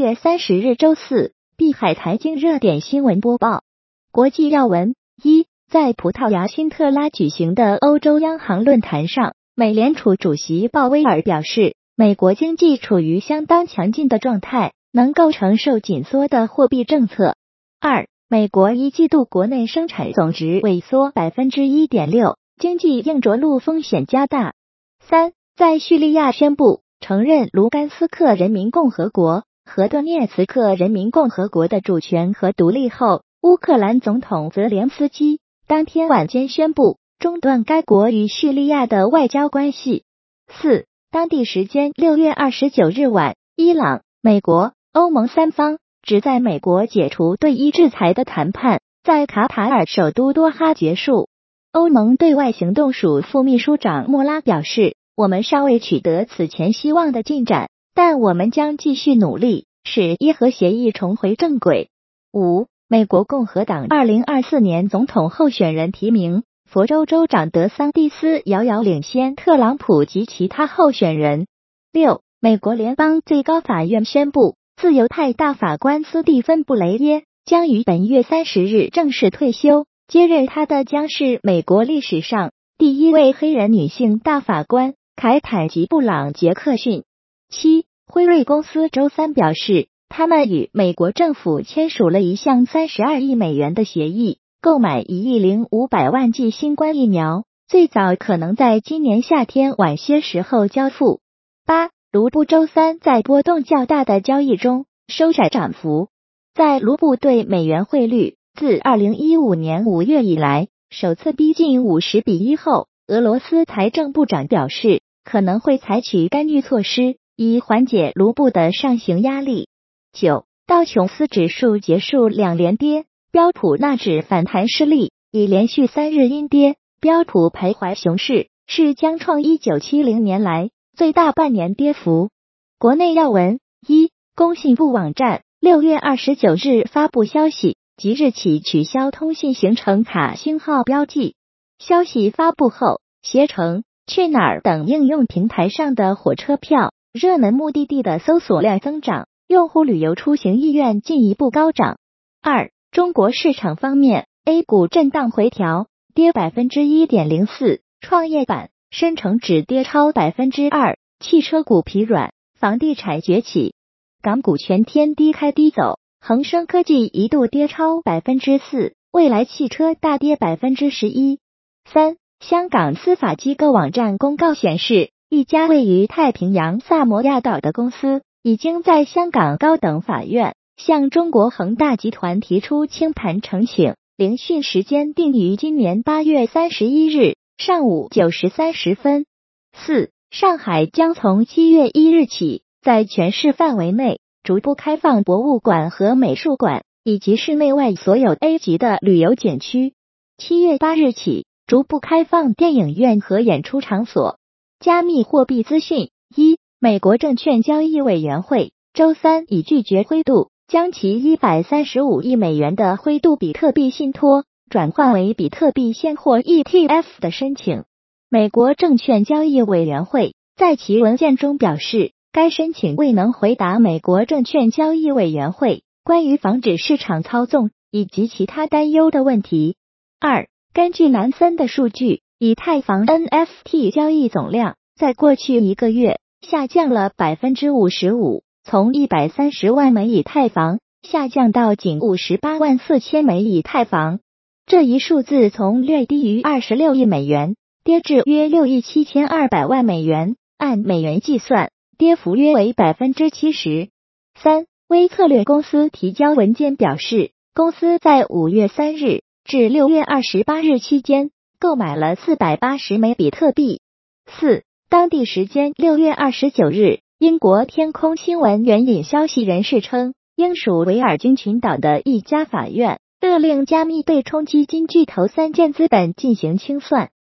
月30日周四，碧海财经热点新闻播报。国际要闻：一，在葡萄牙辛特拉举行的欧洲央行论坛上，美联储主席鲍威尔表示，美国经济处于相当强劲的状态，能够承受紧缩的货币政策。二，美国一季度国内生产总值萎缩 1.6%， 经济硬着陆风险加大。三，在叙利亚宣布承认卢甘斯克人民共和国和顿涅茨克人民共和国的主权和独立后，乌克兰总统泽连斯基当天晚间宣布中断该国与叙利亚的外交关系。四，当地时间6月29日晚，伊朗、美国、欧盟三方旨在美国解除对伊制裁的谈判在卡塔尔首都多哈结束。欧盟对外行动署副秘书长莫拉表示，我们尚未取得此前希望的进展，但我们将继续努力，使伊核协议重回正轨。五，美国共和党2024年总统候选人提名，佛州州长德桑蒂斯遥遥领先特朗普及其他候选人。六，美国联邦最高法院宣布，自由派大法官斯蒂芬·布雷耶将于本月30日正式退休，接任他的将是美国历史上第一位黑人女性大法官凯坦吉布朗杰克逊。七，辉瑞公司周三表示，他们与美国政府签署了一项32亿美元的协议，购买1亿0500万剂新冠疫苗，最早可能在今年夏天晚些时候交付。八，卢布周三在波动较大的交易中收窄涨幅，在卢布对美元汇率自2015年5月以来首次逼近50比1后，俄罗斯财政部长表示，可能会采取干预措施，以缓解卢布的上行压力。九，道琼斯指数结束2连跌，标普纳指反弹失利，已连续3日阴跌，标普徘徊熊市，是将创1970年来最大半年跌幅。国内要闻：一，工信部网站6月29日发布消息，即日起取消通信行程卡星号标记。消息发布后，携程、去哪儿等应用平台上的火车票、热门目的地的搜索量增长，用户旅游出行意愿进一步高涨。二，中国市场方面 ，A 股震荡回调，跌 1.04%， 创业板、深成指跌超 2%， 汽车股疲软，房地产崛起。港股全天低开低走，恒生科技一度跌超 4%， 蔚来汽车大跌 11%。三，香港司法机构网站公告显示，一家位于太平洋萨摩亚岛的公司已经在香港高等法院向中国恒大集团提出清盘呈请，聆讯时间定于今年8月31日上午9时30分。四，上海将从7月1日起，在全市范围内逐步开放博物馆和美术馆，以及市内外所有 A 级的旅游景区。7月8日起，逐步开放电影院和演出场所。加密货币资讯：一，美国证券交易委员会周三已拒绝灰度将其135亿美元的灰度比特币信托转换为比特币现货 ETF 的申请。美国证券交易委员会在其文件中表示，该申请未能回答美国证券交易委员会关于防止市场操纵以及其他担忧的问题。二，根据南森的数据，以太坊 NFT 交易总量在过去1个月下降了 55%， 从130万枚以太坊下降到仅58万4千枚以太坊。这一数字从略低于26亿美元跌至约6亿7200万美元，按美元计算，跌幅约为 70%。三，微策略公司提交文件表示，公司在5月3日至6月28日期间购买了480枚比特币。四，当地时间6月29日，英国天空新闻援引消息人士称，英属维尔京群岛的一家法院勒令加密对冲基金巨头3箭资本进行清算。